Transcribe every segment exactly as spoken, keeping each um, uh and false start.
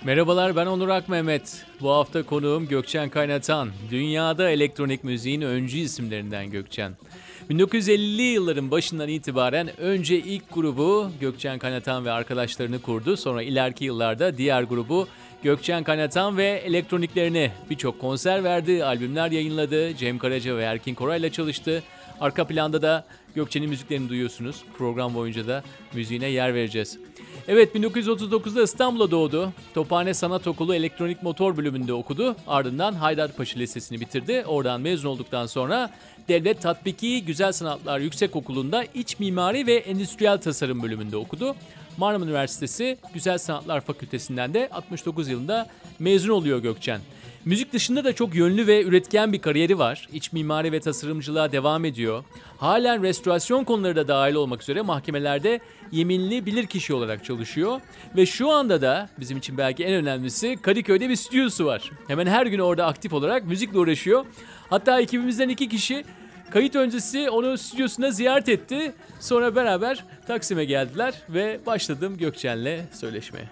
Merhabalar, ben Onur Akmehmet. Bu hafta konuğum Gökçen Kaynatan. Dünyada elektronik müziğin öncü isimlerinden Gökçen. bin dokuz yüz ellili yılların başından itibaren önce ilk grubu Gökçen Kaynatan ve arkadaşlarını kurdu. Sonra ileriki yıllarda diğer grubu Gökçen Kaynatan ve elektroniklerini birçok konser verdi, albümler yayınladı. Cem Karaca ve Erkin Koray'la çalıştı. Arka planda da Gökçen'in müziklerini duyuyorsunuz. Program boyunca da müziğine yer vereceğiz. Evet, bin dokuz yüz otuz dokuzda İstanbul'da doğdu. Tophane Sanat Okulu Elektronik Motor bölümünde okudu. Ardından Haydarpaşa Lisesi'ni bitirdi. Oradan mezun olduktan sonra Devlet Tatbiki Güzel Sanatlar Yüksekokulu'nda İç Mimari ve Endüstriyel Tasarım bölümünde okudu. Marmara Üniversitesi Güzel Sanatlar Fakültesinden de altmış dokuz yılında mezun oluyor Gökçen. Müzik dışında da çok yönlü ve üretken bir kariyeri var. İç mimari ve tasarımcılığa devam ediyor. Halen restorasyon konuları da dahil olmak üzere mahkemelerde yeminli bilirkişi olarak çalışıyor. Ve şu anda da bizim için belki en önemlisi Kadıköy'de bir stüdyosu var. Hemen her gün orada aktif olarak müzikle uğraşıyor. Hatta ekibimizden iki kişi kayıt öncesi onu stüdyosunda ziyaret etti. Sonra beraber Taksim'e geldiler ve başladım Gökçen'le söyleşmeye.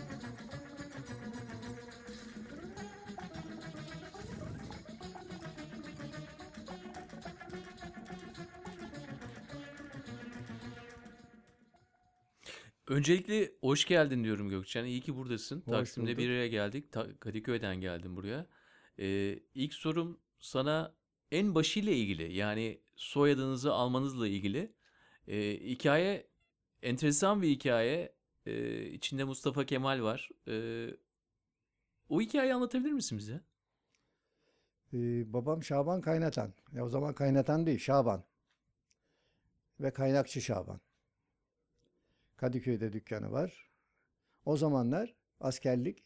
Öncelikle hoş geldin diyorum Gökçen. İyi ki buradasın. Hoş Taksim'de bir bulduk. araya geldik. Ta- Kadıköy'den geldim buraya. Ee, ilk sorum sana en başıyla ilgili. Yani soyadınızı almanızla ilgili. Ee, hikaye enteresan bir hikaye. Ee, içinde Mustafa Kemal var. Ee, o hikayeyi anlatabilir misin bize? Ee, babam Şaban Kaynatan. Ya o zaman Kaynatan değil, Şaban. Ve Kaynakçı Şaban. Kadıköy'de dükkanı var. O zamanlar askerlik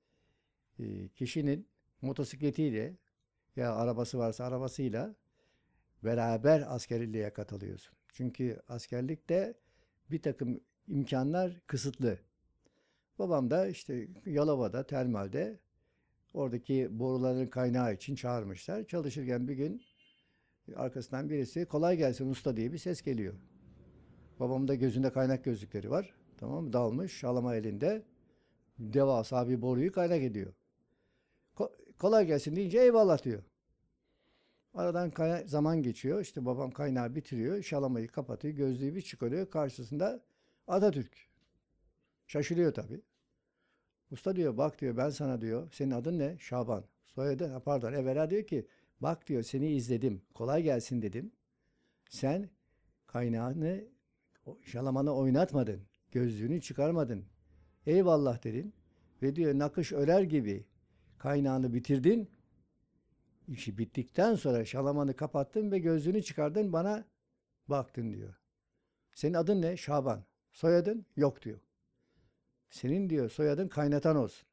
e, kişinin motosikletiyle ya arabası varsa arabasıyla beraber askerliğe katılıyorsun. Çünkü askerlikte bir takım imkanlar kısıtlı. Babam da işte Yalova'da, termalde oradaki boruların kaynağı için çağırmışlar. Çalışırken bir gün arkasından birisi kolay gelsin usta diye bir ses geliyor. Babamın da gözünde kaynak gözlükleri var. Tamam mı? Dalmış şalama elinde. Devasa bir boruyu kaynak ediyor. Ko- kolay gelsin deyince eyvallah diyor. Aradan kayna- zaman geçiyor. İşte babam kaynağı bitiriyor. Şalamayı kapatıyor. Gözlüğü bir çıkarıyor. Karşısında Atatürk. Şaşırıyor tabii. Usta diyor bak diyor ben sana diyor. Senin adın ne? Şaban. Soyadı ha, pardon evvela diyor ki bak diyor seni izledim. Kolay gelsin dedim. Sen kaynağını şalamanı oynatmadın. Gözlüğünü çıkarmadın. Eyvallah dedin. Ve diyor nakış örer gibi kaynağını bitirdin. İşi bittikten sonra şalamanı kapattın ve gözlüğünü çıkardın bana baktın diyor. Senin adın ne? Şaban. Soyadın? Yok diyor. Senin diyor soyadın kaynatan olsun.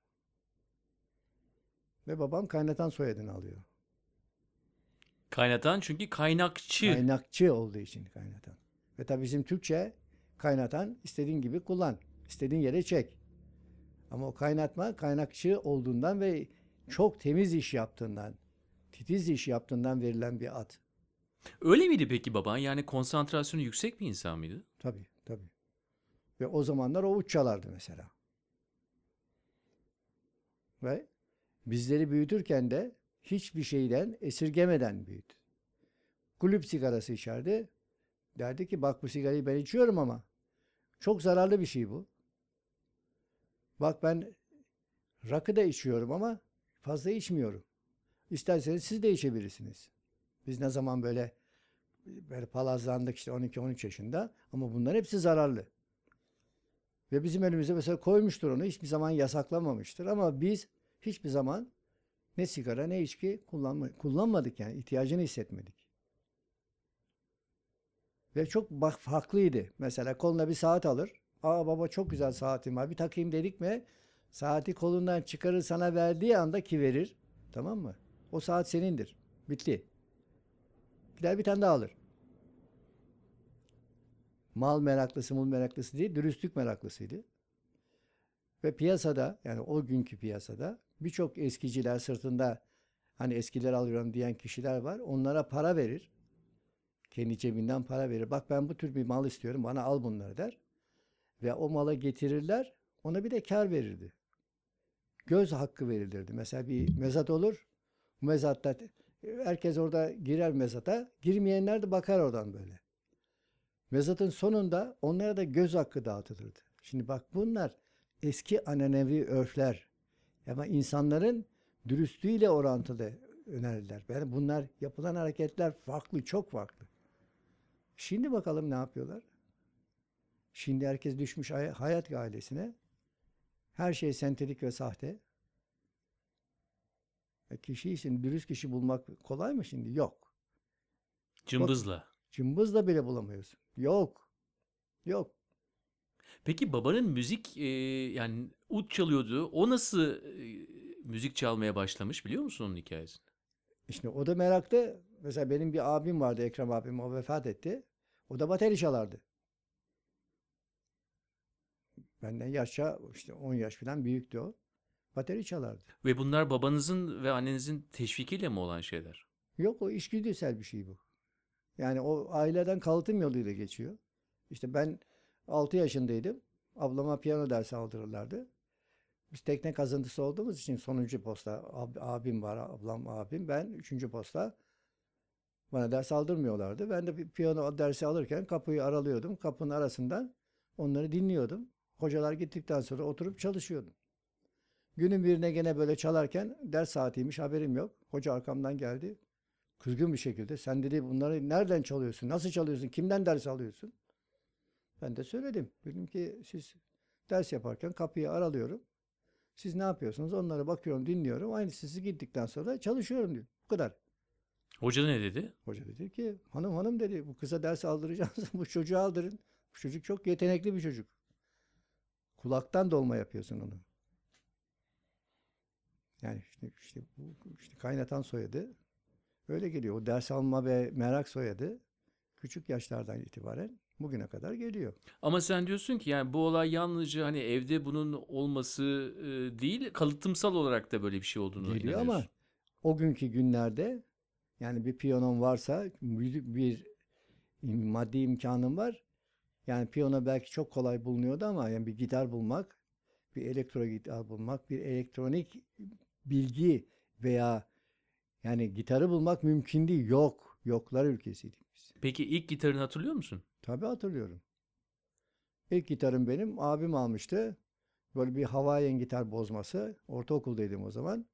Ve babam kaynatan soyadını alıyor. Kaynatan çünkü kaynakçı. Kaynakçı olduğu için kaynatan. Ve tabii bizim Türkçe kaynatan istediğin gibi kullan. İstediğin yere çek. Ama o kaynatma kaynakçı olduğundan ve çok temiz iş yaptığından, titiz iş yaptığından verilen bir ad. Öyle miydi peki baban? Yani konsantrasyonu yüksek bir insan mıydı? Tabii, tabii. Ve o zamanlar o uç çalardı mesela. Ve bizleri büyütürken de hiçbir şeyden esirgemeden büyüdü. Kulüp sigarası içerdi. Derdi ki bak bu sigarayı ben içiyorum ama çok zararlı bir şey bu. Bak ben rakı da içiyorum ama fazla içmiyorum. İsterseniz siz de içebilirsiniz. Biz ne zaman böyle böyle palazlandık işte on iki on üç yaşında ama bunların hepsi zararlı. Ve bizim önümüze mesela koymuştur onu hiçbir zaman yasaklamamıştır ama biz hiçbir zaman ne sigara ne içki kullanma, kullanmadık yani ihtiyacını hissetmedik. Ve çok bak farklıydı. Mesela koluna bir saat alır. Aa baba çok güzel saatim var bir takayım dedik mi saati kolundan çıkarır sana verdiği anda ki verir. Tamam mı? O saat senindir. Bitti. Gider bir tane daha alır. Mal meraklısı, mul meraklısı değil, dürüstlük meraklısıydı. Ve piyasada, yani o günkü piyasada birçok eskiciler sırtında hani eskiler alıyorum diyen kişiler var. Onlara para verir. Kendi cebinden para verir. Bak ben bu tür bir mal istiyorum, bana al bunları der. Ve o malı getirirler, ona bir de kar verirdi. göz hakkı verilirdi. Mesela bir mezat olur. Mezatta herkes orada girer mezata. Girmeyenler de bakar oradan böyle. Mezatın sonunda onlara da göz hakkı dağıtılırdı. Şimdi bak bunlar eski ananevi örfler. Ama insanların dürüstlüğüyle orantılı öneriler. Yani bunlar yapılan hareketler farklı, çok farklı. Şimdi bakalım ne yapıyorlar? Şimdi herkes düşmüş hayat gailesine. Her şey sentetik ve sahte. E kişi için dürüst kişi bulmak kolay mı şimdi? Yok. Cımbızla. Bak, cımbızla bile bulamıyorsun. Yok. Yok. Peki babanın müzik e, yani ud çalıyordu. O nasıl e, müzik çalmaya başlamış biliyor musun onun hikayesini? İşte o da meraklı. Mesela benim bir abim vardı, Ekrem abim. O vefat etti. O da bateri çalardı. Benden yaşça işte on yaş falan büyüktü o. Bateri çalardı. Ve bunlar babanızın ve annenizin teşvikiyle mi olan şeyler? Yok, o içgüdüsel bir şey bu. Yani o aileden kalıtım yoluyla geçiyor. İşte ben altı yaşındaydım. Ablama piyano dersi aldırırlardı. Biz tekne kazıntısı olduğumuz için sonuncu posta ab- abim var, ablam abim, ben üçüncü posta. Bana ders aldırmıyorlardı. Ben de bir piyano dersi alırken kapıyı aralıyordum. Kapının arasından onları dinliyordum. Hocalar gittikten sonra oturup çalışıyordum. Günün birine gene böyle çalarken ders saatiymiş, haberim yok. Hoca arkamdan geldi. Kızgın bir şekilde, sen dedi bunları nereden çalıyorsun? Nasıl çalıyorsun? Kimden ders alıyorsun? Ben de söyledim. Dedim ki siz ders yaparken kapıyı aralıyorum. Siz ne yapıyorsunuz? Onlara bakıyorum, dinliyorum. Aynı sizi gittikten sonra çalışıyorum diyor. Bu kadar. Hoca ne dedi? Hoca dedi ki hanım hanım dedi, bu kıza ders aldıracağız. Bu çocuğu aldırın. Bu çocuk çok yetenekli bir çocuk. Kulaktan dolma yapıyorsun onu. Yani işte, işte, bu, işte kaynatan soyadı öyle geliyor. O ders alma ve merak soyadı küçük yaşlardan itibaren bugüne kadar geliyor. Ama sen diyorsun ki yani bu olay yalnızca hani evde bunun olması e, değil, kalıtımsal olarak da böyle bir şey olduğunu Geliyor ama inanıyorsun. o günkü günlerde yani bir piyanon varsa, bir, bir maddi imkanın var. Yani piyano belki çok kolay bulunuyordu ama yani bir gitar bulmak, bir elektro gitar bulmak, bir elektronik bilgi veya yani gitarı bulmak mümkün değil. Yok. Yoklar ülkesiydik biz. Peki ilk gitarını hatırlıyor musun? Tabii hatırlıyorum. İlk gitarım benim abim almıştı. Böyle bir Hawaiian gitar bozması. Ortaokuldaydım o zaman.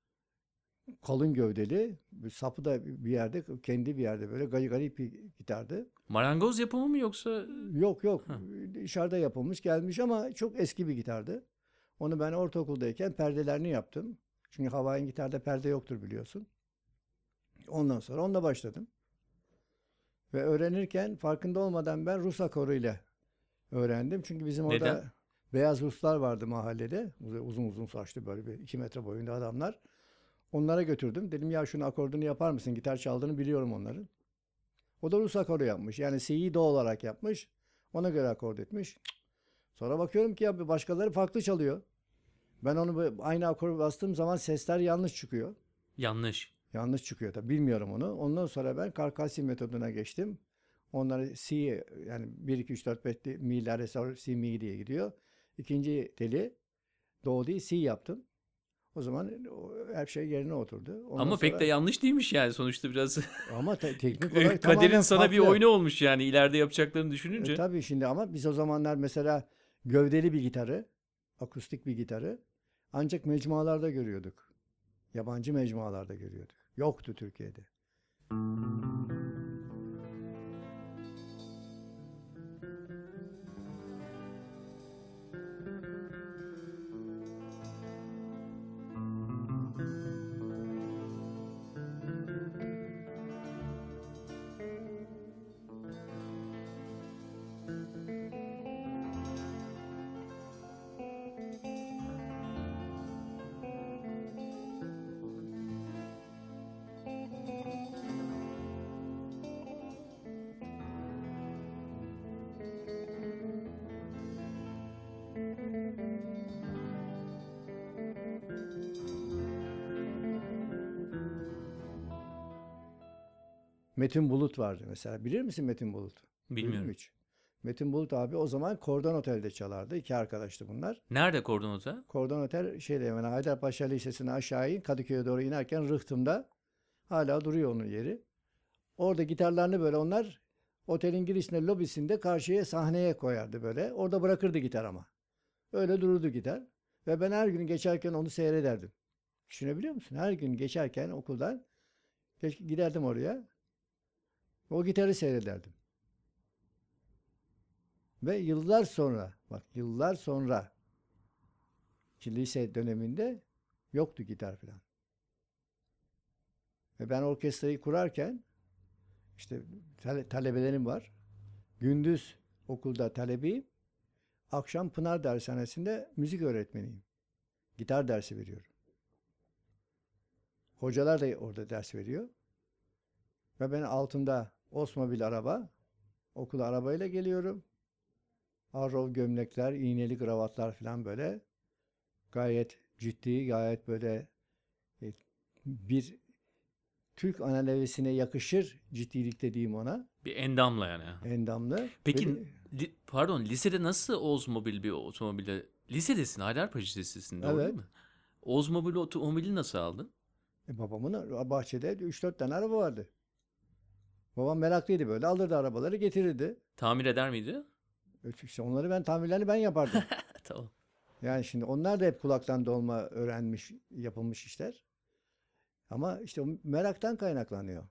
Kalın gövdeli. Bir sapı da bir yerde, kendi bir yerde böyle garip, garip bir gitardı. Marangoz yapımı mı yoksa? Yok yok. Heh. Dışarıda yapılmış gelmiş ama çok eski bir gitardı. Onu ben ortaokuldayken perdelerini yaptım. Çünkü Hawaiian gitarda perde yoktur biliyorsun. Ondan sonra onunla başladım. Ve öğrenirken farkında olmadan ben Rus akoruyla öğrendim. Çünkü bizim orada Neden? beyaz Ruslar vardı mahallede. Uzun uzun saçlı böyle bir iki metre boyunda adamlar. Onlara götürdüm. Dedim ya şunu akordunu yapar mısın? Gitar çaldığını biliyorum onların. O da Rus akoru yapmış. Yani C'yi do olarak yapmış. Ona göre akord etmiş. Sonra bakıyorum ki ya başkaları farklı çalıyor. Ben onu aynı akoru bastığım zaman sesler yanlış çıkıyor. Yanlış. Yanlış çıkıyor tabii. Bilmiyorum onu. Ondan sonra ben Karkasi metoduna geçtim. Onları C yani bir iki üç dört beş mi'ler hesabı C mi diye gidiyor. İkinci teli do değil C yaptım. O zaman her şey yerine oturdu. Ondan Ama pek sonra de yanlış değilmiş yani sonuçta biraz ama te- teknik olarak kaderin tamamen sana bir farklı. oyunu olmuş yani ileride yapacaklarını E, düşününce. tabii şimdi ama biz o zamanlar mesela gövdeli bir gitarı, akustik bir gitarı ancak mecmualarda görüyorduk. Yabancı mecmualarda görüyorduk. Yoktu Türkiye'de. Metin Bulut vardı mesela. Bilir misin Metin Bulut? Duydun mu Bilmiyorum. hiç? Metin Bulut abi o zaman Kordon Otel'de çalardı. İki arkadaştı bunlar. Nerede Kordon Otel? Kordon Otel şeyde hemen Haydarpaşa Lisesi'ne aşağı in, Kadıköy'e doğru inerken Rıhtım'da hala duruyor onun yeri. Orada gitarlarını böyle onlar otelin girişinde lobisinde karşıya sahneye koyardı böyle. Orada bırakırdı gitar ama. Öyle dururdu gitar. Ve ben her gün geçerken onu seyrederdim. Düşünebiliyor musun? Her gün geçerken okuldan giderdim oraya. O gitarı seyrederdim. Ve yıllar sonra, bak yıllar sonra ki lise döneminde yoktu gitar falan. Ve ben orkestrayı kurarken işte tale- talebelerim var. Gündüz okulda talebeyim. Akşam Pınar Dershanesi'nde müzik öğretmeniyim. Gitar dersi veriyorum. Hocalar da orada ders veriyor. Ve ben altında Osmobil araba, okula arabayla geliyorum. Arrow gömlekler, iğneli kravatlar falan böyle. Gayet ciddi, gayet böyle e, bir Türk analevesine yakışır ciddilik dediğim ona. Bir endamla yani. Endamlı. Peki Ve- li- pardon, lisede nasıl Oldsmobile bir otomobilde? Lisedesin, Haydarpaşa Lisesi'sin, doğru Evet. değil mi? Oldsmobile otomobili nasıl aldın? E, babamın bahçede üç dört tane araba vardı. Babam meraklıydı böyle. Alırdı arabaları getirirdi. Tamir eder miydi? İşte onları ben tamirlerini ben yapardım. Tamam. Yani şimdi onlar da hep kulaktan dolma öğrenmiş, yapılmış işler. Ama işte o meraktan kaynaklanıyor.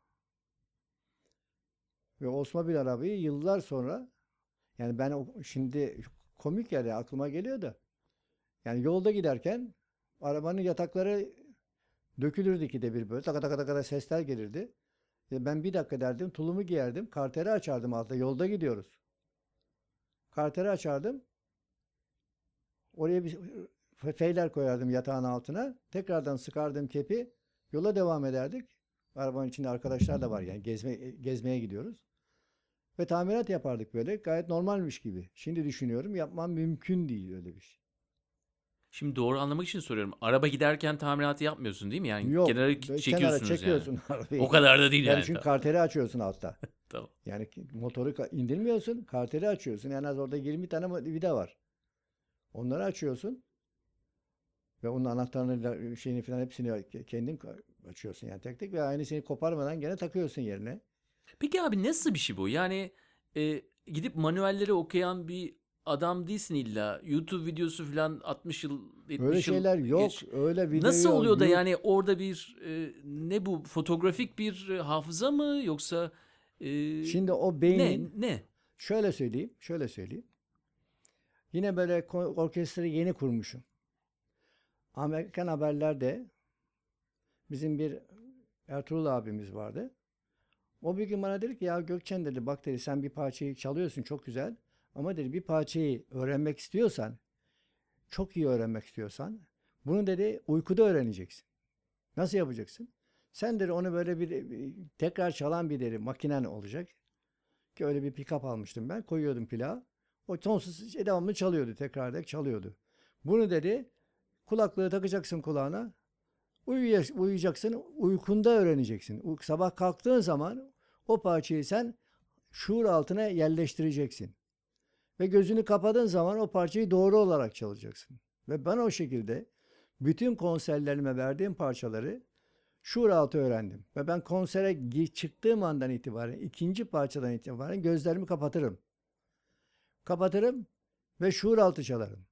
Ve Osmobil arabayı yıllar sonra yani ben o, şimdi komik yani aklıma geliyor da yani yolda giderken arabanın yatakları dökülürdü ikide bir böyle. Taka taka taka sesler gelirdi. E ben bir dakika derdim, tulumu giyerdim, karteri açardım altta. Yolda gidiyoruz. Karteri açardım. Oraya bir feyler koyardım yatağın altına. Tekrardan sıkardım kepi. Yola devam ederdik. Arabanın içinde arkadaşlar da var yani gezme, gezmeye gidiyoruz. Ve tamirat yapardık böyle. Gayet normalmiş gibi. Şimdi düşünüyorum yapmam mümkün değil öyle bir şey. Şimdi doğru anlamak için soruyorum. Araba giderken tamiratı yapmıyorsun değil mi? Yani Yok. kenara Böyle kenara çekiyorsunuz çekiyorsun yani. arabayı. O kadar da değil Yani yani. çünkü Tamam. karteri açıyorsun altta. Tamam. Yani motoru ka- indirmiyorsun, karteri açıyorsun. En az orada yirmi tane vida var. Onları açıyorsun ve onun anahtarını, şeyini falan hepsini kendin açıyorsun yani tek tek ve aynısını koparmadan gene takıyorsun yerine. Peki abi, nasıl bir şey bu? Yani e, gidip manuelleri okuyan bir adam değilsin illa. YouTube videosu falan altmış yıl, Öyle yetmiş yıl şeyler yok. geç. Öyle video Nasıl yok. oluyor da Yok. yani orada bir e, ne bu, fotoğrafik bir e, hafıza mı, yoksa e, Şimdi o ne beynin ne? şöyle söyleyeyim, şöyle söyleyeyim. Yine böyle ko- orkestrayı yeni kurmuşum. Amerikan haberlerde bizim bir Ertuğrul abimiz vardı. O bir gün bana dedi ki ya Gökçen dedi bak dedi sen bir parçayı çalıyorsun çok güzel. Ama dedi bir parçayı öğrenmek istiyorsan çok iyi öğrenmek istiyorsan bunu dedi uykuda öğreneceksin. Nasıl yapacaksın? Sen dedi onu böyle bir, bir tekrar çalan bir dedi makinen olacak. Ki öyle bir pick-up almıştım ben. Koyuyordum plağa. O sonsuz şey devamlı çalıyordu. Tekrar ederek çalıyordu. Bunu dedi kulaklığı takacaksın kulağına. Uyuy- uyuyacaksın. Uykunda öğreneceksin. Sabah kalktığın zaman o parçayı sen şuur altına yerleştireceksin. Ve gözünü kapadığın zaman o parçayı doğru olarak çalacaksın. Ve ben o şekilde bütün konserlerime verdiğim parçaları şuur altı öğrendim. Ve ben konsere çıktığım andan itibaren, ikinci parçadan itibaren gözlerimi kapatırım. Kapatırım ve şuur altı çalarım.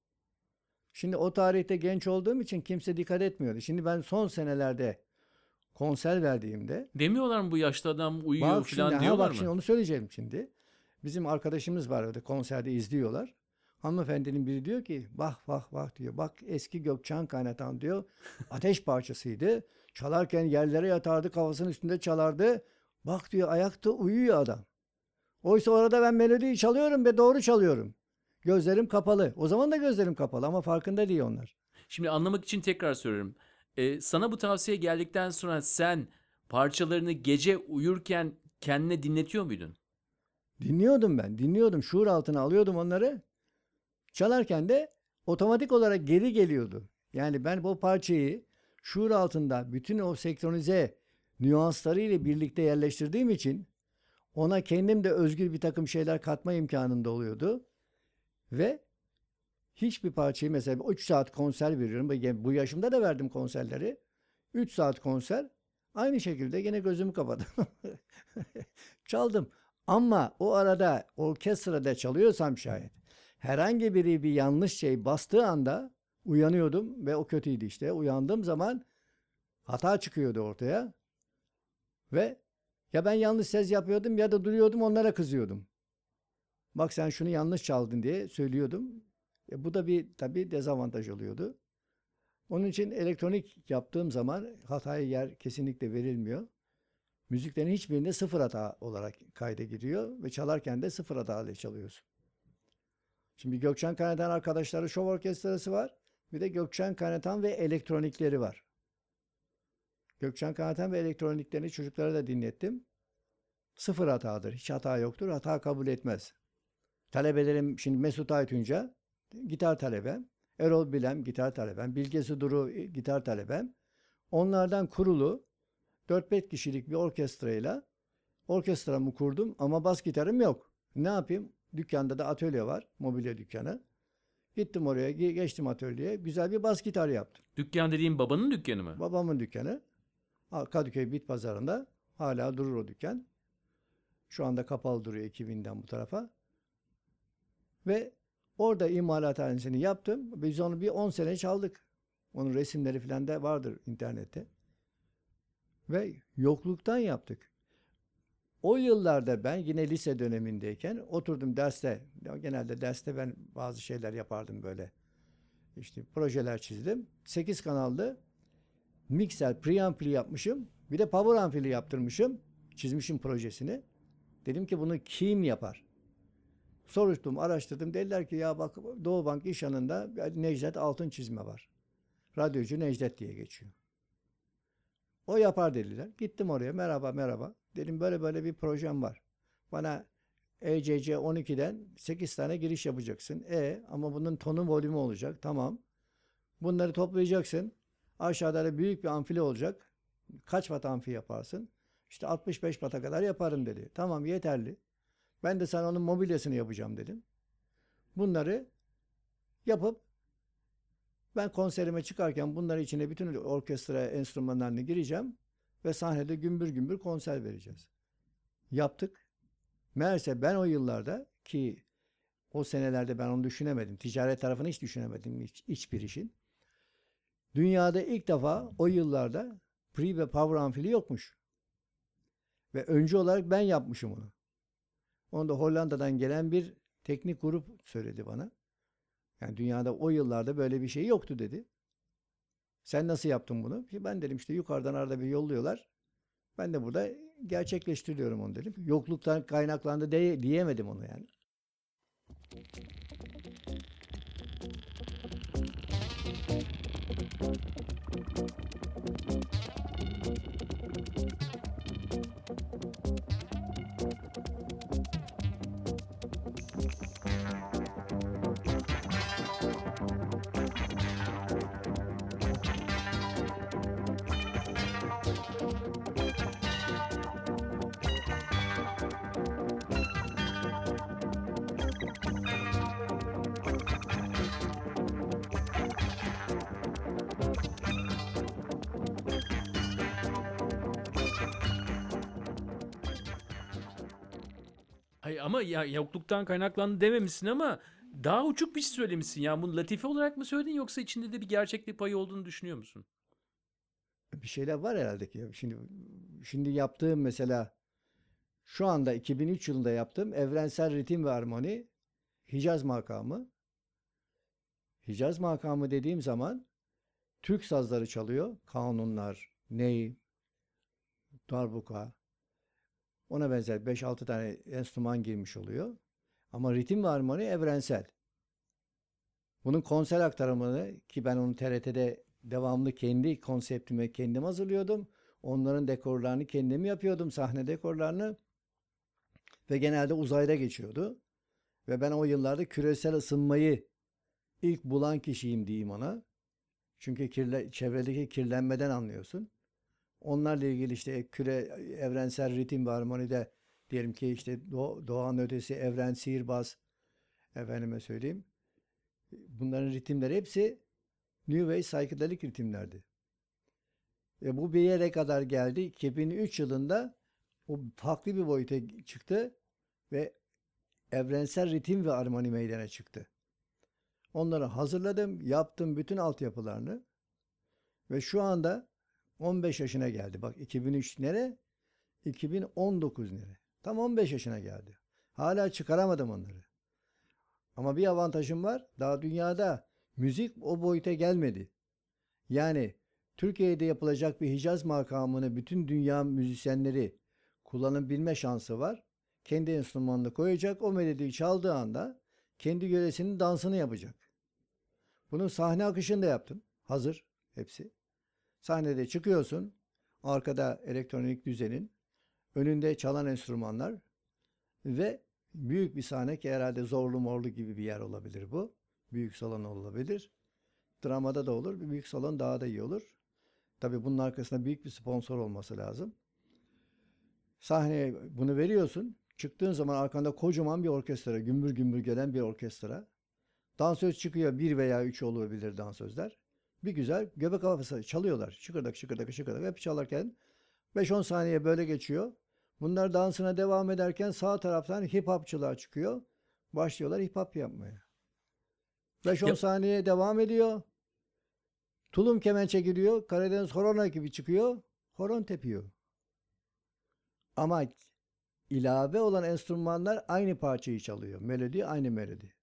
Şimdi o tarihte genç olduğum için kimse dikkat etmiyordu. Şimdi ben son senelerde konser verdiğimde Demiyorlar mı bu yaşlı adam uyuyor bak şimdi falan ha diyorlar bak şimdi mı? onu söyleyeceğim şimdi. Bizim arkadaşımız var orada konserde izliyorlar. Hanımefendinin biri diyor ki vah vah vah diyor. Bak eski Gökçen Kaynatan diyor. Ateş parçasıydı. Çalarken yerlere yatardı kafasının üstünde çalardı. Bak diyor ayakta uyuyor adam. Oysa orada ben melodiyi çalıyorum ve doğru çalıyorum. Gözlerim kapalı. O zaman da gözlerim kapalı ama farkında değil onlar. Şimdi anlamak için tekrar soruyorum. E, sana bu tavsiye geldikten sonra sen parçalarını gece uyurken kendine dinletiyor muydun? Dinliyordum ben. Dinliyordum. Şuur altına alıyordum onları. Çalarken de otomatik olarak geri geliyordu. Yani ben bu parçayı şuur altında bütün o senkronize nüanslarıyla birlikte yerleştirdiğim için Ona kendim de özgür bir takım şeyler katma imkanım da oluyordu. Ve hiçbir parçayı mesela üç saat konser veriyorum. Bu yaşımda da verdim konserleri. üç saat konser. Aynı şekilde yine gözümü kapadım. Çaldım. Ama o arada orkestrada çalıyorsam şayet herhangi biri bir yanlış şey bastığı anda uyanıyordum ve o kötüydü işte. Uyandığım zaman hata çıkıyordu ortaya ve ya ben yanlış ses yapıyordum ya da duruyordum onlara kızıyordum. Bak sen şunu yanlış çaldın diye söylüyordum. E bu da bir tabii dezavantaj oluyordu. Onun için elektronik yaptığım zaman hataya yer kesinlikle verilmiyor. Müziklerin hiçbirinde sıfır hata olarak kayda giriyor ve çalarken de sıfır hata ile çalıyorsun. Şimdi Gökçen Kaynatan arkadaşları şov orkestrası var. Bir de Gökçen Kaynatan ve elektronikleri var. Gökçen Kaynatan ve elektroniklerini çocuklara da dinlettim. Sıfır hatadır. Hiç hata yoktur. Hata kabul etmez. Talebelerim şimdi Mesut Aytunca gitar talebem. Erol Bilem gitar talebem. Bilge Duru gitar talebem. Onlardan kurulu dört beş kişilik bir orkestrayla orkestramı kurdum ama bas gitarım yok. Ne yapayım? Dükkanda da atölye var. Mobilya dükkanı. Gittim oraya, geçtim atölyeye. Güzel bir bas gitar yaptım. Dükkan dediğin babanın dükkanı mı? Babamın dükkanı. Kadıköy Bit Pazarı'nda. Hala durur o dükkan. Şu anda kapalı duruyor iki binden bu tarafa. Ve orada imalathanesini yaptım. Biz onu bir on sene çaldık. Onun resimleri falan da vardır internette. Ve yokluktan yaptık. O yıllarda ben yine lise dönemindeyken oturdum derste. Genelde derste ben bazı şeyler yapardım böyle. İşte projeler çizdim. sekiz kanallı mikser preampli yapmışım. Bir de power ampli yaptırmışım. Çizmişim projesini. Dedim ki bunu kim yapar? Soruştum, araştırdım. Dediler ki ya bak Doğu Bank İş Yanı'nda Necdet Altın Çizme var. Radyocu Necdet diye geçiyor. O yapar dediler. Gittim oraya. Merhaba merhaba. Dedim böyle böyle bir projem var. Bana E C C on ikiden sekiz tane giriş yapacaksın. E ama bunun tonu volümü olacak. Tamam. Bunları toplayacaksın. Aşağıda da büyük bir amfili olacak. Kaç watt amfi yaparsın? İşte altmış beş watt'a kadar yaparım dedi. Tamam yeterli. Ben de sana onun mobilyasını yapacağım dedim. Bunları yapıp ben konserime çıkarken bunları içine bütün orkestra enstrümanlarını gireceğim ve sahnede gümbür gümbür konser vereceğiz. Yaptık. Meğerse ben o yıllarda ki o senelerde ben onu düşünemedim. Ticaret tarafını hiç düşünemedim hiç, hiçbir işin. Dünyada ilk defa o yıllarda pre ve power amfili yokmuş. Ve öncü olarak ben yapmışım onu. Onu da Hollanda'dan gelen bir teknik grup söyledi bana. Yani dünyada o yıllarda böyle bir şey yoktu dedi. Sen nasıl yaptın bunu? Ben dedim işte yukarıdan arada bir yolluyorlar. Ben de burada gerçekleştiriyorum onu dedim. Yokluktan kaynaklandı diye, diyemedim onu yani. Ay ama ya yokluktan kaynaklandı dememişsin ama daha uçuk bir şey söylemişsin. Ya bunu latife olarak mı söyledin yoksa içinde de bir gerçeklik payı olduğunu düşünüyor musun? Bir şeyler var herhalde ki. Şimdi şimdi yaptığım mesela şu anda iki bin üç yılında yaptığım evrensel ritim ve armoni Hicaz makamı. Hicaz makamı dediğim zaman Türk sazları çalıyor. Kanunlar, ney, darbuka, ona benzer beş altı tane enstrüman girmiş oluyor. Ama ritim ve armoni evrensel. Bunun konser aktarımını ki ben onu T R T'de devamlı kendi konseptime kendim hazırlıyordum. Onların dekorlarını kendim yapıyordum, sahne dekorlarını. Ve genelde uzayda geçiyordu. Ve ben o yıllarda küresel ısınmayı ilk bulan kişiyim diyeyim ona. Çünkü kirle, çevredeki kirlenmeden anlıyorsun. Onlarla ilgili işte küre evrensel ritim ve harmonide Diyelim ki işte Do- Doğan Ötesi, Evren Sihirbaz, efendime söyleyeyim. Bunların ritimleri hepsi New Wave psychedelic ritimlerdi. Ve bu bir yere kadar geldi. iki bin üç yılında o farklı bir boyuta çıktı ve evrensel ritim ve armoni meydana çıktı. Onları hazırladım, yaptım bütün altyapılarını ve şu anda on beş yaşına geldi. Bak iki bin üç nere? iki bin on dokuz nere? Tam on beş yaşına geldi. Hala çıkaramadım onları. Ama bir avantajım var. Daha dünyada müzik o boyuta gelmedi. Yani Türkiye'de yapılacak bir Hicaz makamını bütün dünya müzisyenleri kullanabilme şansı var. Kendi enstrümanını koyacak. O melodiyi çaldığı anda kendi yöresinin dansını yapacak. Bunun sahne akışını da yaptım. Hazır hepsi. Sahnede çıkıyorsun. Arkada elektronik düzenin. Önünde çalan enstrümanlar ve büyük bir sahne ki herhalde Zorlu Morlu gibi bir yer olabilir bu. Büyük salon olabilir. Dramada da olur. Bir büyük salon daha da iyi olur. Tabii bunun arkasında büyük bir sponsor olması lazım. Sahneye bunu veriyorsun. Çıktığın zaman arkanda kocaman bir orkestra, gümbür gümbür gelen bir orkestra. Dansöz çıkıyor. Bir veya üç olabilir dansözler. Bir güzel göbek havası çalıyorlar. Şıkırdak şıkırdak şıkırdak hep çalarken beş on saniye böyle geçiyor. Bunlar dansına devam ederken sağ taraftan hip hopçılar çıkıyor. Başlıyorlar hip hop yapmaya. beş on Ya, saniye devam ediyor. Tulum kemençe giriyor. Karadeniz horona gibi çıkıyor. Horon tepiyor. Ama ilave olan enstrümanlar aynı parçayı çalıyor. Melodi aynı melodi.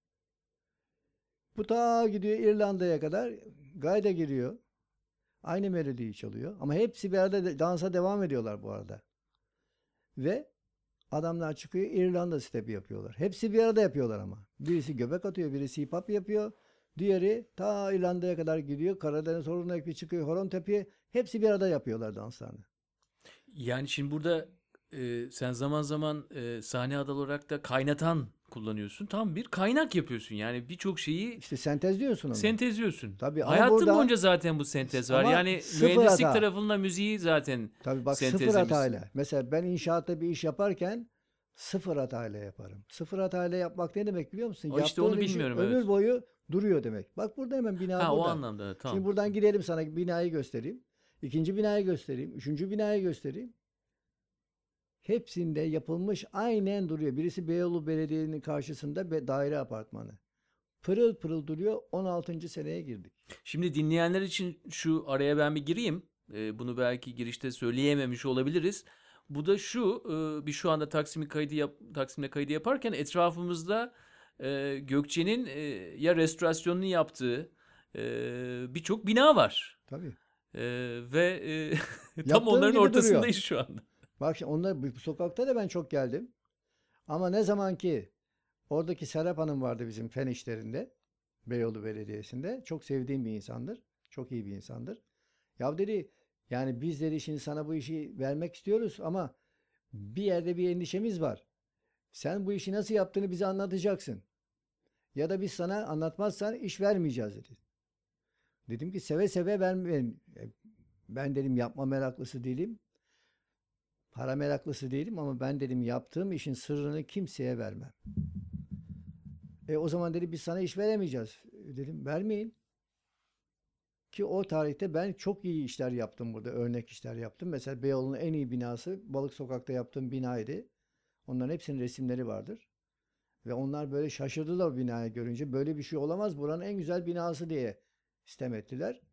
Bu ta gidiyor İrlanda'ya kadar. Gayda giriyor. Aynı melodiyi çalıyor. Ama hepsi bir arada de- dansa devam ediyorlar bu arada. Ve adamlar çıkıyor İrlanda stepi yapıyorlar. Hepsi bir arada yapıyorlar ama. Birisi göbek atıyor, birisi hip hop yapıyor. Diğeri ta İrlanda'ya kadar gidiyor. Karadeniz horona gibi çıkıyor horon tepiye. Hepsi bir arada yapıyorlar danslarını. yani şimdi burada e, sen zaman zaman e, sahne adı olarak da kaynatan kullanıyorsun. Tam bir kaynak yapıyorsun. Yani birçok şeyi İşte sentezliyorsun onu. sentezliyorsun. Tabii ama Hayatın burada boyunca zaten bu sentez var. ama Yani sıfır mühendislik hata. tarafında müziği zaten Tabii bak sıfır sentezlemişsin. hatayla. Mesela ben inşaatta bir iş yaparken sıfır hatayla yaparım. Sıfır hatayla yapmak ne demek biliyor musun? O işte Yaptığın onu işi bilmiyorum, ömür evet. boyu duruyor demek. Bak burada hemen bina Ha, o burada. anlamda Şimdi tamam. buradan gidelim sana binayı göstereyim. İkinci binayı göstereyim. Üçüncü binayı göstereyim. Hepsinde yapılmış aynen duruyor. Birisi Beyoğlu Belediye'nin karşısında bir daire apartmanı. Pırıl pırıl duruyor. on altıncı seneye girdik. Şimdi dinleyenler için şu araya ben bir gireyim. Ee, bunu belki girişte söyleyememiş olabiliriz. Bu da şu, e, bir şu anda Taksim'i kaydı yap, Taksim'de kaydı yaparken etrafımızda e, Gökçe'nin e, ya restorasyonunu yaptığı e, birçok bina var. Tabii. E, ve e, tam Yaptığım onların gibi duruyor. ortasındayız şu anda. Bak şimdi onlar bu sokakta da ben çok geldim. Ama ne zaman ki oradaki Serap Hanım vardı bizim fen işlerinde. Beyoğlu Belediyesi'nde. Çok sevdiğim bir insandır. Çok iyi bir insandır. Ya dedi yani biz dedi şimdi sana bu işi vermek istiyoruz ama bir yerde bir endişemiz var. Sen bu işi nasıl yaptığını bize anlatacaksın. Ya da biz sana anlatmazsan iş vermeyeceğiz dedi. Dedim ki seve seve ben, ben, ben dedim yapma meraklısı değilim. Para meraklısı değilim ama ben dedim yaptığım işin sırrını kimseye vermem. E o zaman dedi biz sana iş veremeyeceğiz. E, dedim vermeyin. Ki o tarihte ben çok iyi işler yaptım burada. Örnek işler yaptım. Mesela Beyoğlu'nun en iyi binası Balık Sokak'ta yaptığım binaydı. Onların hepsinin resimleri vardır. Ve onlar böyle şaşırdılar binayı görünce. Böyle bir şey olamaz. Buranın en güzel binası diye sitem ettiler.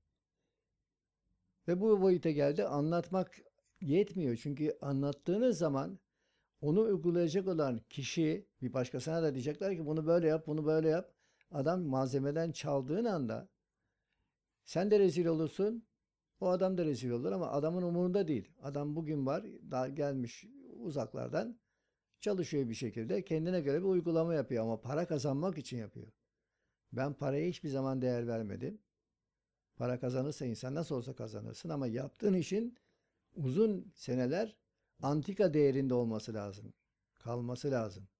Ve bu boyuta geldi. Anlatmak yetmiyor. Çünkü anlattığınız zaman onu uygulayacak olan kişi bir başkasına da diyecekler ki bunu böyle yap, bunu böyle yap. Adam malzemeden çaldığın anda sen de rezil olursun, o adam da rezil olur ama adamın umurunda değil. Adam bugün var, daha gelmiş uzaklardan çalışıyor bir şekilde. Kendine göre bir uygulama yapıyor ama para kazanmak için yapıyor. Ben paraya hiçbir zaman değer vermedim. Para kazanırsa insan nasıl olsa kazanırsın ama yaptığın işin uzun seneler antika değerinde olması lazım. Kalması lazım.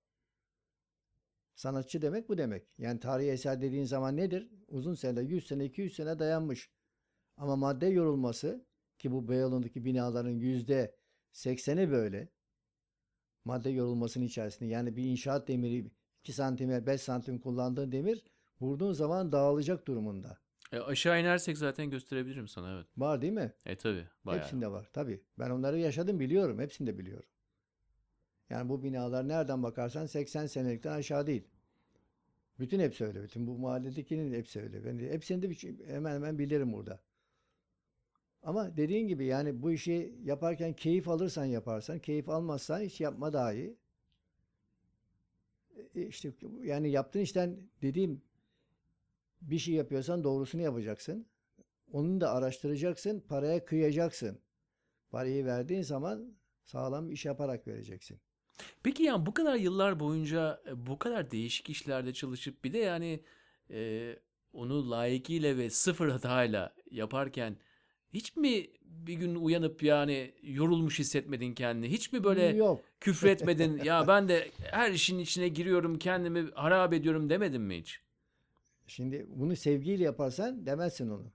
Sanatçı demek bu demek. Yani tarihi eser dediğin zaman nedir? Uzun sene, yüz sene, iki yüz sene dayanmış. Ama madde yorulması ki bu Beyoğlu'ndaki binaların yüzde sekseni böyle. madde yorulmasının içerisinde. Yani bir inşaat demiri iki santim, beş santim kullandığın demir vurduğun zaman dağılacak durumunda. E, aşağı inersek zaten gösterebilirim sana, evet. Var değil mi? E tabii, bayağı. Hepsinde var. Tabii. Ben onları yaşadım, biliyorum. Hepsini de biliyorum. Yani bu binalar nereden bakarsan seksen senelikten aşağı değil. Bütün hepsi öyle. Bütün bu mahalledekinin hepsi öyle. Ben de, hepsini de bir- hemen hemen bilirim burada. Ama dediğin gibi yani bu işi yaparken keyif alırsan yaparsan, keyif almazsan hiç yapma daha iyi. E, işte yani yaptığın işten dediğim bir şey yapıyorsan doğrusunu yapacaksın. Onu da araştıracaksın, paraya kıyacaksın. Parayı verdiğin zaman sağlam iş yaparak vereceksin. Peki yani bu kadar yıllar boyunca e, bu kadar değişik işlerde çalışıp bir de yani e, onu layıkıyla ve sıfır hatayla yaparken hiç mi bir gün uyanıp yani yorulmuş hissetmedin kendini? Hiç mi böyle Yok. küfretmedin? Ya ben de her işin içine giriyorum, kendimi harap ediyorum demedin mi hiç? Şimdi bunu sevgiyle yaparsan demezsin onu.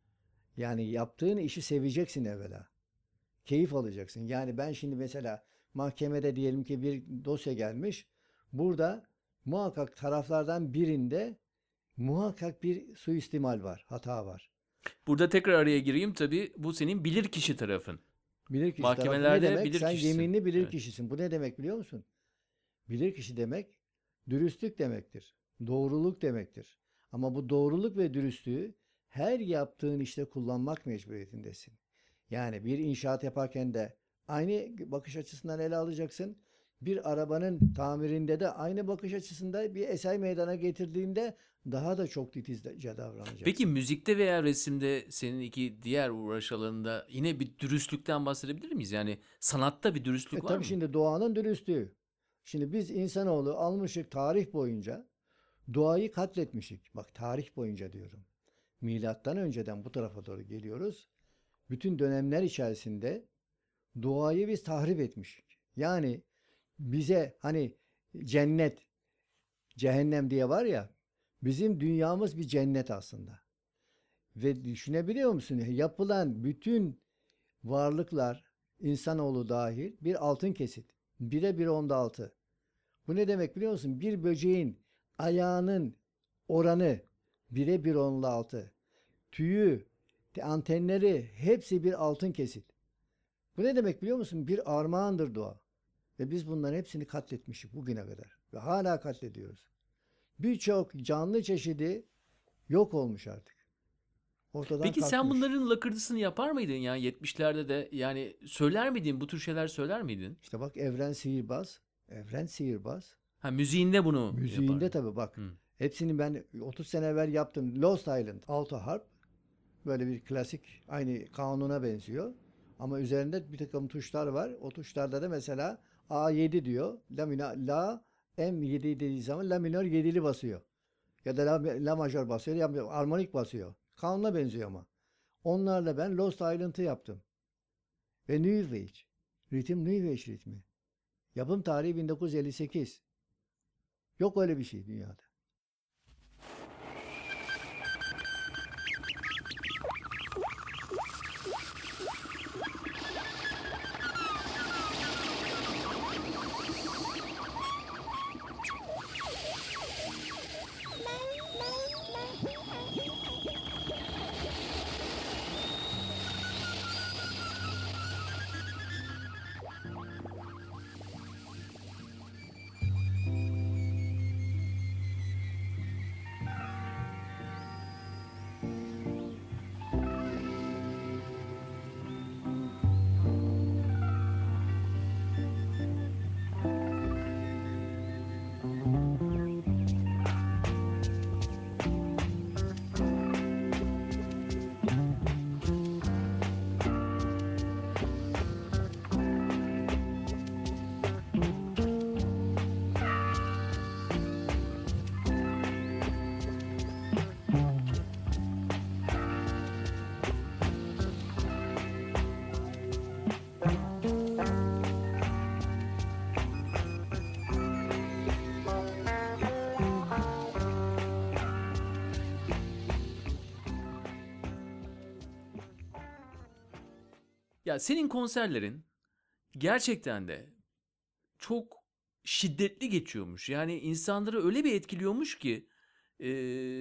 Yani yaptığın işi seveceksin evvela. Keyif alacaksın. Yani ben şimdi mesela mahkemede diyelim ki bir dosya gelmiş. Burada muhakkak taraflardan birinde muhakkak bir suistimal var, hata var. Burada tekrar araya gireyim, tabii bu senin bilirkişi tarafın. Bilirkişi tarafı ne Mahkemelerde demek? Sen bilirkişisin. yeminli Evet. bilirkişisin. Bu ne demek biliyor musun? Bilirkişi demek dürüstlük demektir. Doğruluk demektir. Ama bu doğruluk ve dürüstlüğü her yaptığın işte kullanmak mecburiyetindesin. Yani bir inşaat yaparken de aynı bakış açısından ele alacaksın. Bir arabanın tamirinde de aynı bakış açısında bir eser meydana getirdiğinde daha da çok titizce davranacaksın. Peki müzikte veya resimde senin iki diğer uğraş alanında yine bir dürüstlükten bahsedebilir miyiz? Yani sanatta bir E dürüstlük var tabii mı? şimdi doğanın dürüstlüğü. Şimdi biz insanoğlu almışık tarih boyunca doğayı katletmişik. Bak tarih boyunca diyorum. Milattan önceden bu tarafa doğru geliyoruz. Bütün dönemler içerisinde doğayı biz tahrip etmişik. Yani bize hani cennet, cehennem diye var ya, bizim dünyamız bir cennet aslında. Ve düşünebiliyor musun? Yapılan bütün varlıklar, insanoğlu dahil bir altın kesit. Bire bir onda altı. Bu ne demek biliyor musun? Bir böceğin ayağının oranı bire bir onda altı. Tüyü, antenleri hepsi bir altın kesit. Bu ne demek biliyor musun? Bir armağandır doğa. Ve biz bunların hepsini katletmişiz bugüne kadar. Ve hala katlediyoruz. Birçok canlı çeşidi yok olmuş artık. Ortadan Peki sen kalkmış. bunların lakırdısını yapar mıydın ya yetmişlerde de, yani söyler miydin, bu tür şeyler söyler miydin? İşte bak Evren Sihirbaz. Evren Sihirbaz. Ha, müziğinde bunu Müziğinde yapardın. tabii bak. Hı. Hepsini ben otuz sene evvel yaptım. Lost Island. Alto harp. Böyle bir klasik. Aynı kanuna benziyor. Ama üzerinde bir takım tuşlar var. O tuşlarda da mesela A yedi diyor. La, minor, la M yedi dediği zaman La minör yedili basıyor. Ya da La, la majör basıyor. Ya da armonik basıyor. Kanuna benziyor ama. Onlarla ben Lost Island'ı yaptım. Ve New Age. Ritim New Age ritmi. Yapım tarihi bin dokuz yüz elli sekiz. Yok öyle bir şey dünyada. Ya senin konserlerin gerçekten de çok şiddetli geçiyormuş. Yani insanları öyle bir etkiliyormuş ki e,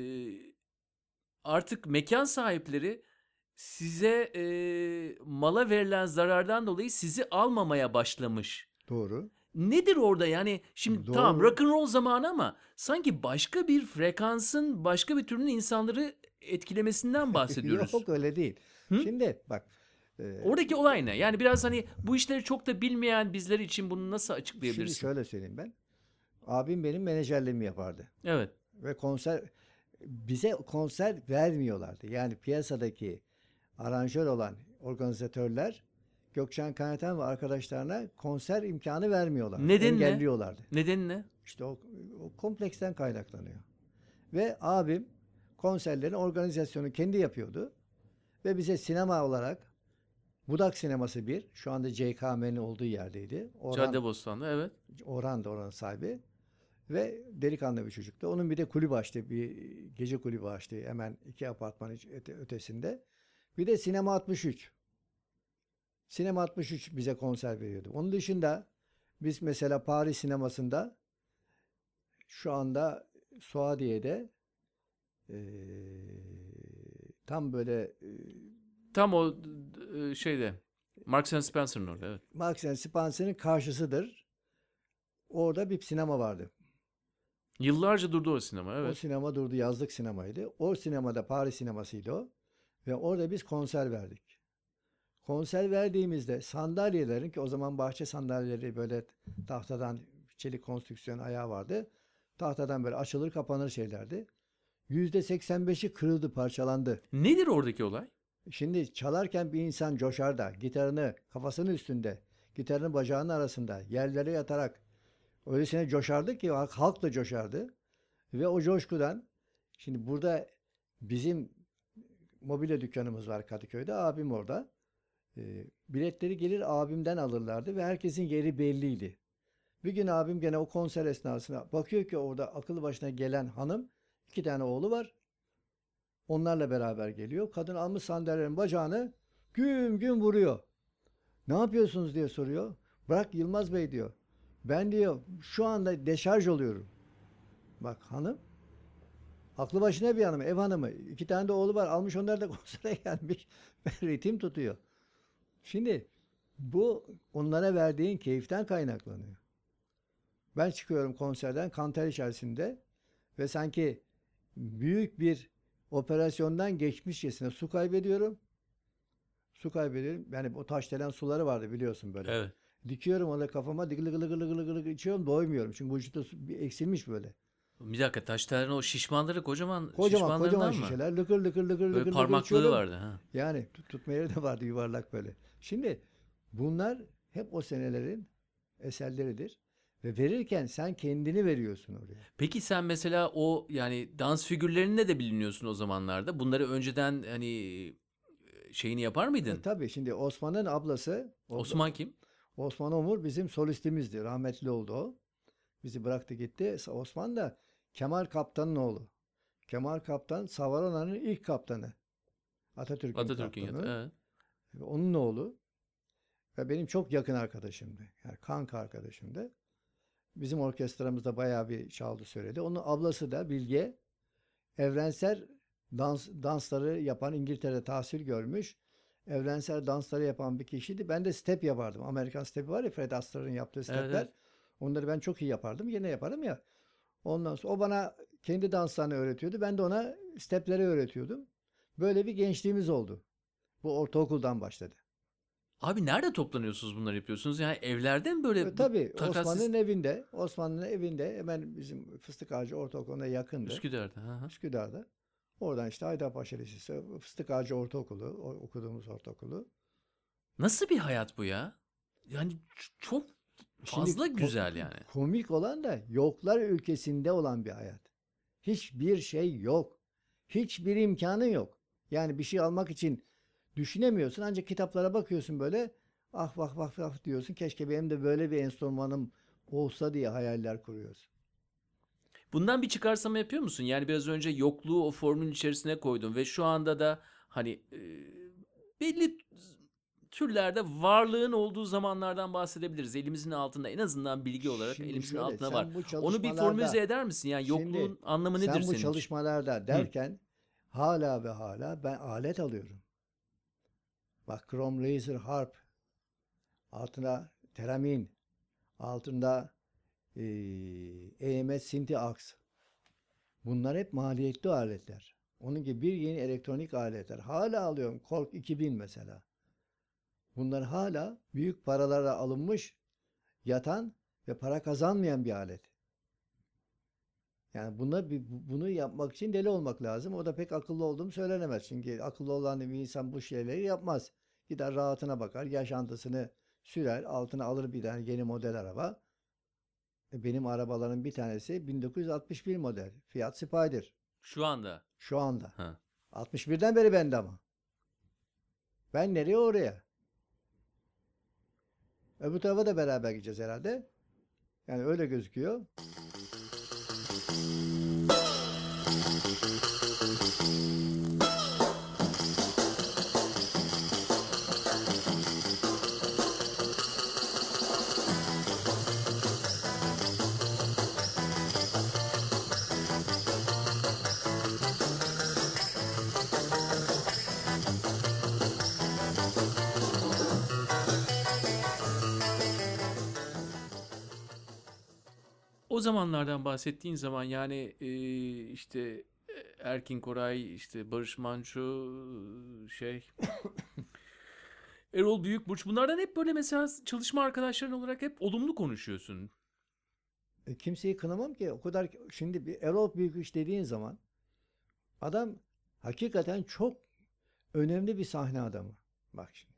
artık mekan sahipleri size e, mala verilen zarardan dolayı sizi almamaya başlamış. Doğru. Nedir orada yani şimdi tamam Doğru. rock and roll zamanı ama sanki başka bir frekansın başka bir türün insanları etkilemesinden bahsediyoruz. Yok öyle değil. Hı? Şimdi bak e, Oradaki olay ne? Yani biraz hani bu işleri çok da bilmeyen bizler için bunu nasıl şimdi açıklayabilirsin? şöyle söyleyeyim ben. Abim benim menajerliğimi yapardı. Evet. Ve konser bize konser vermiyorlardı. Yani piyasadaki aranjör olan organizatörler Gökçen Kaynatan ve arkadaşlarına konser imkanı vermiyorlardı. Nedeni ne? Engelliyorlardı. Nedeni ne? İşte o, o kompleksten kaynaklanıyor. Ve abim konserlerin organizasyonu kendi yapıyordu. Ve bize sinema olarak Budak Sineması bir, şu anda C K M'nin olduğu yerdeydi. Orhan, Caddebostan'da evet. Orhan da oranın sahibi. Ve delikanlı bir çocuktu. Onun bir de kulübü açtı. Bir gece kulübü açtı. Hemen iki apartman öte- ötesinde. Bir de Sinema altmış üç. Sinema altmış üç bize konser veriyordu. Onun dışında biz mesela Paris sinemasında şu anda Suadiye'de eee, tam böyle eee Tam o e, şeyde Marks and Spencer'ın orada evet. Marks and Spencer'ın karşısıdır. Orada bir sinema vardı. Yıllarca durdu o sinema O evet. sinema durdu. Yazlık sinemaydı. O sinemada Paris sinemasıydı o. Ve orada biz konser verdik. Konser verdiğimizde sandalyelerin ki o zaman bahçe sandalyeleri böyle tahtadan çelik konstrüksiyon ayağı vardı. Tahtadan böyle açılır kapanır şeylerdi. yüzde seksen beşi kırıldı, parçalandı. Nedir oradaki olay? Şimdi çalarken bir insan coşar da gitarını kafasının üstünde, gitarının bacağının arasında yerlere yatarak öylesine coşardı ki halk da coşardı. Ve o coşkudan şimdi burada bizim mobilya dükkanımız var Kadıköy'de. Abim orada. E, biletleri gelir abimden alırlardı ve herkesin yeri belliydi. Bir gün abim gene o konser esnasında bakıyor ki orada akıllı başına gelen hanım iki tane oğlu var. Onlarla beraber geliyor. Kadın almış sandalyelerin bacağını güm güm vuruyor. Ne yapıyorsunuz diye soruyor. Bırak Yılmaz Bey diyor. Ben diyor şu anda deşarj oluyorum. Bak hanım aklı başına bir hanım, ev hanımı. İki tane de oğlu var. Almış onlar da konsere gelmiş. Ritim tutuyor. Şimdi bu onlara verdiğin keyiften kaynaklanıyor. Ben çıkıyorum konserden kanter içerisinde ve sanki büyük bir operasyondan geçmişçesine su kaybediyorum. Su kaybediyorum. Yani o taşlayan suları vardı biliyorsun böyle. Evet. Dikiyorum onu kafama dıgılı gılı gılı gılı gılı içiyorum doymuyorum. Çünkü vücutta su bir eksilmiş böyle. Bir dakika taşların o şişmanları kocaman Kocaman kocaman şişmanlarından mı? şişeler lıkır lıkır lıkır Böyle lıkır lıkır parmaklığı içiyorum. vardı ha. Yani tut- tutma yeri de vardı yuvarlak böyle. Şimdi bunlar hep o senelerin eserleridir. Ve verirken sen kendini veriyorsun oraya. Peki sen mesela o yani dans figürlerinde de biliniyorsun o zamanlarda. Bunları önceden hani şeyini yapar E, mıydın? tabii şimdi Osman'ın ablası o- Osman kim? Osman Omur bizim solistimizdi. Rahmetli oldu o. Bizi bıraktı gitti. Osman da Kemal Kaptan'ın oğlu. Kemal Kaptan Savarona'nın ilk kaptanı. Atatürk'ün Atatürk'ün kaptanı. yadı. Evet. Onun oğlu. Ve benim çok yakın arkadaşımdı. Yani kanka arkadaşımdı. Bizim orkestramızda bayağı bir çaldı söyledi. Onun ablası da Bilge evrensel dans dansları yapan İngiltere'de tahsil görmüş. Evrensel dansları yapan bir kişiydi. Ben de step yapardım. Amerikan stepi var ya Fred Astaire'ın yaptığı Evet, stepler. evet. Onları ben çok iyi yapardım. Yine yaparım ya. Ondan sonra o bana kendi danslarını öğretiyordu. Ben de ona stepleri öğretiyordum. Böyle bir gençliğimiz oldu. Bu ortaokuldan başladı. Abi nerede toplanıyorsunuz bunları yapıyorsunuz? Yani evlerde mi böyle E, bu tabii takas Osman'ın evinde, Osman'ın evinde hemen bizim Fıstık Ağacı Ortaokulu'na yakındı. Üsküdar'da? Hı hı. Üsküdar'da. Oradan işte Haydarpaşa Lisesi, Fıstık Ağacı Ortaokulu, o- okuduğumuz ortaokulu. Nasıl bir hayat bu ya? Yani ç- çok fazla Şimdi ko- güzel yani. komik olan da yoklar ülkesinde olan bir hayat. Hiçbir şey yok. Hiçbir imkanı yok. Yani bir şey almak için düşünemiyorsun. Ancak kitaplara bakıyorsun böyle. Ah vah vah vah diyorsun. Keşke benim de böyle bir enstrümanım olsa diye hayaller kuruyorsun. Bundan bir çıkarsama yapıyor musun? Yani biraz önce yokluğu o formülün içerisine koydun ve şu anda da hani e, belli türlerde varlığın olduğu zamanlardan bahsedebiliriz. Elimizin altında en azından bilgi olarak Şimdi elimizin şöyle, altında var. sen bu Onu bir formüle çalışmalarda eder misin? Yani şimdi yokluğun anlamı nedir sen bu senin için? çalışmalarda Hı. derken hala ve hala ben alet alıyorum. Bak, Chrome Laser Harp, altında teramin, altında eee E M S Synthi-Aux. Bunlar hep maliyetli aletler. Onun gibi bir yeni elektronik aletler. Hala alıyorum. Korg iki bin mesela. Bunlar hala büyük paralara alınmış, yatan ve para kazanmayan bir alet. Yani buna, bunu yapmak için deli olmak lazım. O da pek akıllı olduğum söylenemez. Çünkü akıllı olan bir insan bu şeyleri yapmaz. Gider rahatına bakar, yaşantısını sürer, altına alır bir tane yeni model araba. E, Benim arabaların bir tanesi bin dokuz yüz altmış bir model. Fiat Spider. Şu anda. Şu anda. Ha. altmış birden beri bende ama. Ben nereye oraya? Öbür tarafa da beraber gideceğiz herhalde. Yani öyle gözüküyor. O zamanlardan bahsettiğin zaman yani e, işte e, Erkin Koray, işte Barış Manço, e, şey Erol Büyükburç, bunlardan hep böyle mesela çalışma arkadaşların olarak hep olumlu konuşuyorsun. E, kimseyi kınamam ki. O kadar, şimdi bir Erol Büyüküş dediğin zaman adam hakikaten çok önemli bir sahne adamı. Bak şimdi.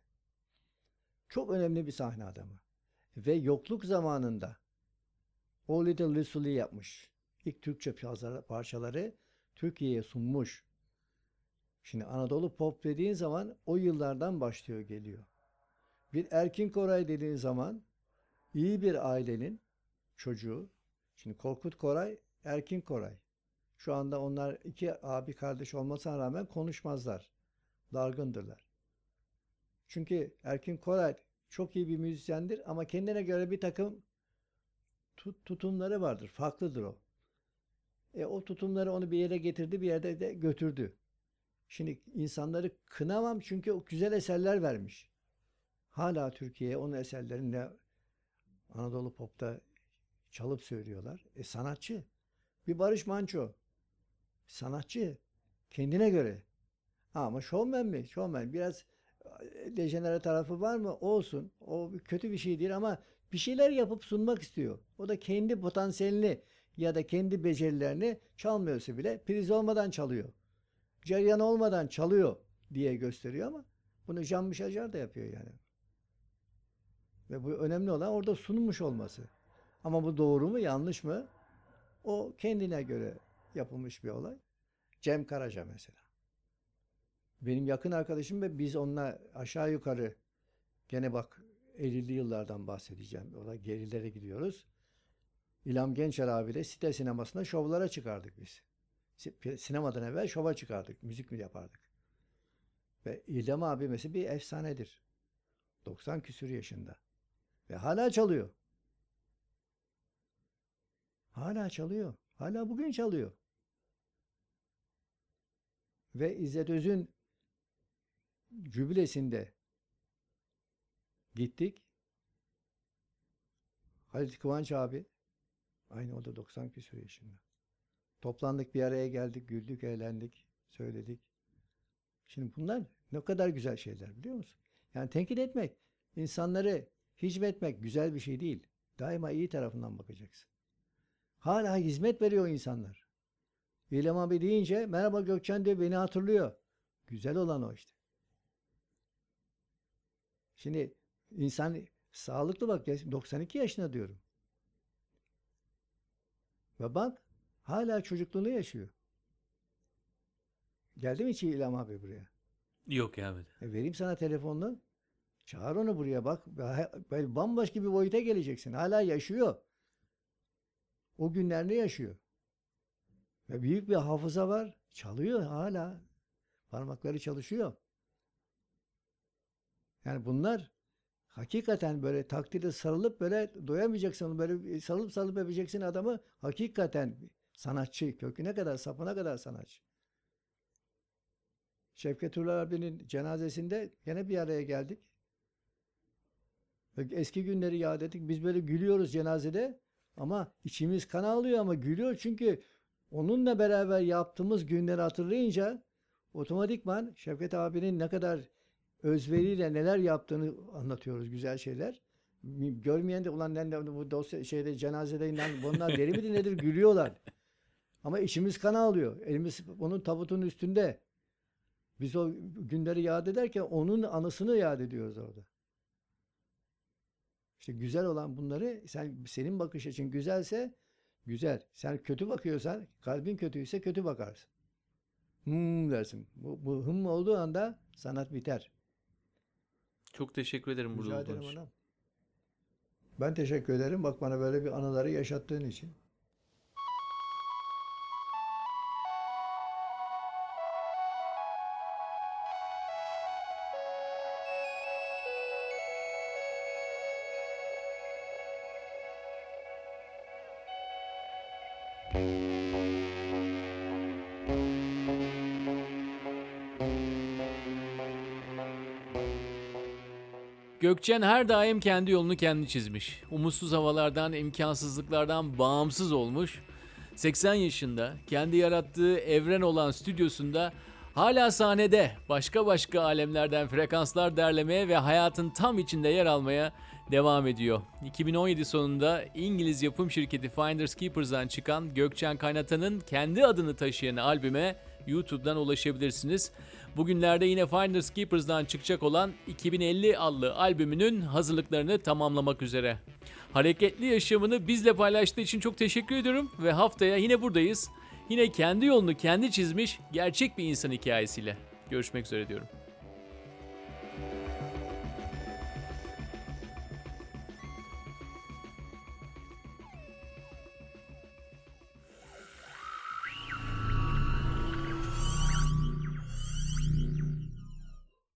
Çok önemli bir sahne adamı. Ve yokluk zamanında O Little Lucy'yi yapmış. İlk Türkçe parçaları Türkiye'ye sunmuş. Şimdi Anadolu Pop dediğin zaman o yıllardan başlıyor, geliyor. Bir Erkin Koray dediğin zaman iyi bir ailenin çocuğu. Şimdi Korkut Koray, Erkin Koray. Şu anda onlar iki abi kardeş olmasına rağmen konuşmazlar. Dargındırlar. Çünkü Erkin Koray çok iyi bir müzisyendir ama kendine göre bir takım tut, tutumları vardır. Farklıdır o. E, o tutumları onu bir yere getirdi, bir yerde de götürdü. Şimdi insanları kınamam çünkü o güzel eserler vermiş. Hala Türkiye'ye onun eserlerini Anadolu Pop'ta çalıp söylüyorlar. E, sanatçı. Bir Barış Manço. Sanatçı. Kendine göre. Ha, ama şovmen mi? Şovmen. Biraz e, dejenere tarafı var mı? Olsun. O kötü bir şey değil ama bir şeyler yapıp sunmak istiyor. O da kendi potansiyelini ya da kendi becerilerini çalmıyorsa bile priz olmadan çalıyor. Ceryan olmadan çalıyor diye gösteriyor ama bunu Jean-Michel Jarre da yapıyor yani. Ve bu önemli olan orada sunmuş olması. Ama bu doğru mu, yanlış mı? O kendine göre yapılmış bir olay. Cem Karaca mesela. Benim yakın arkadaşım ve biz onunla aşağı yukarı, gene bak ellili yıllardan bahsedeceğim. Orada gerilere gidiyoruz. İlham Gençer abiyle site sinemasında şovlara çıkardık biz. Sinemadan evvel şova çıkardık. Müzik mi yapardık? Ve İlham abi mesela bir efsanedir. doksan küsur yaşında. Ve hala çalıyor. Hala çalıyor. Hala bugün çalıyor. Ve İzzet Öz'ün jübilesinde gittik. Halit Kıvanç abi, aynı o da doksan küsur yaşında. Toplandık, bir araya geldik, güldük, eğlendik, söyledik. Şimdi bunlar ne kadar güzel şeyler, biliyor musun? Yani tenkit etmek, insanları hicmetmek güzel bir şey değil. Daima iyi tarafından bakacaksın. Hala hizmet veriyor insanlar. İlham abi deyince merhaba Gökçen diyor, beni hatırlıyor. Güzel olan o işte. Şimdi insan sağlıklı, bak doksan iki yaşında diyorum. Ve bak hala çocukluğunu yaşıyor. Geldi mi hiç İlham abi buraya? Yok ya, evet. E, vereyim sana telefonunu. Çağır onu buraya bak. Böyle bambaşka bir boyuta geleceksin. Hala yaşıyor. O günlerde yaşıyor. Ve büyük bir hafıza var. Çalıyor hala. Parmakları çalışıyor. Yani bunlar hakikaten böyle takdirde sarılıp böyle doyamayacaksın. Böyle sarılıp sarılıp öpeceksin adamı. Hakikaten sanatçı. Köküne kadar, sapına kadar sanatçı. Şevket Urlar abinin cenazesinde gene bir araya geldik. Eski günleri yad ettik. Biz böyle gülüyoruz cenazede. Ama içimiz kan ağlıyor ama gülüyor çünkü onunla beraber yaptığımız günleri hatırlayınca otomatikman Şevket abinin ne kadar özveriyle neler yaptığını anlatıyoruz, güzel şeyler. Görmeyen de ulan ben de bu dosya şeyde cenazede bunlar deli midir nedir gülüyorlar. Ama içimiz kan ağlıyor. Elimiz onun tabutunun üstünde. Biz o günleri yad ederken onun anısını yad ediyoruz orada. İşte güzel olan bunları sen senin bakış açın güzelse güzel. Sen kötü bakıyorsan, kalbin kötüyse kötü bakarsın. Hmm dersin. Bu, bu hım olduğu anda sanat biter. Çok teşekkür ederim burada Rica olduğun ederim için. anam. Ben teşekkür ederim. Bak bana böyle bir anıları yaşattığın için. Gökçen her daim kendi yolunu kendi çizmiş. Umutsuz havalardan, imkansızlıklardan bağımsız olmuş. seksen yaşında kendi yarattığı evren olan stüdyosunda hala sahnede başka başka alemlerden frekanslar derlemeye ve hayatın tam içinde yer almaya devam ediyor. iki bin on yedi sonunda İngiliz yapım şirketi Finders Keepers'dan çıkan Gökçen Kaynatan'ın kendi adını taşıyan albüme YouTube'dan ulaşabilirsiniz. Bugünlerde yine Finders Keepers'dan çıkacak olan iki bin elli adlı albümünün hazırlıklarını tamamlamak üzere. Hareketli yaşamını bizle paylaştığı için çok teşekkür ediyorum ve haftaya yine buradayız. Yine kendi yolunu kendi çizmiş gerçek bir insan hikayesiyle. Görüşmek üzere diyorum.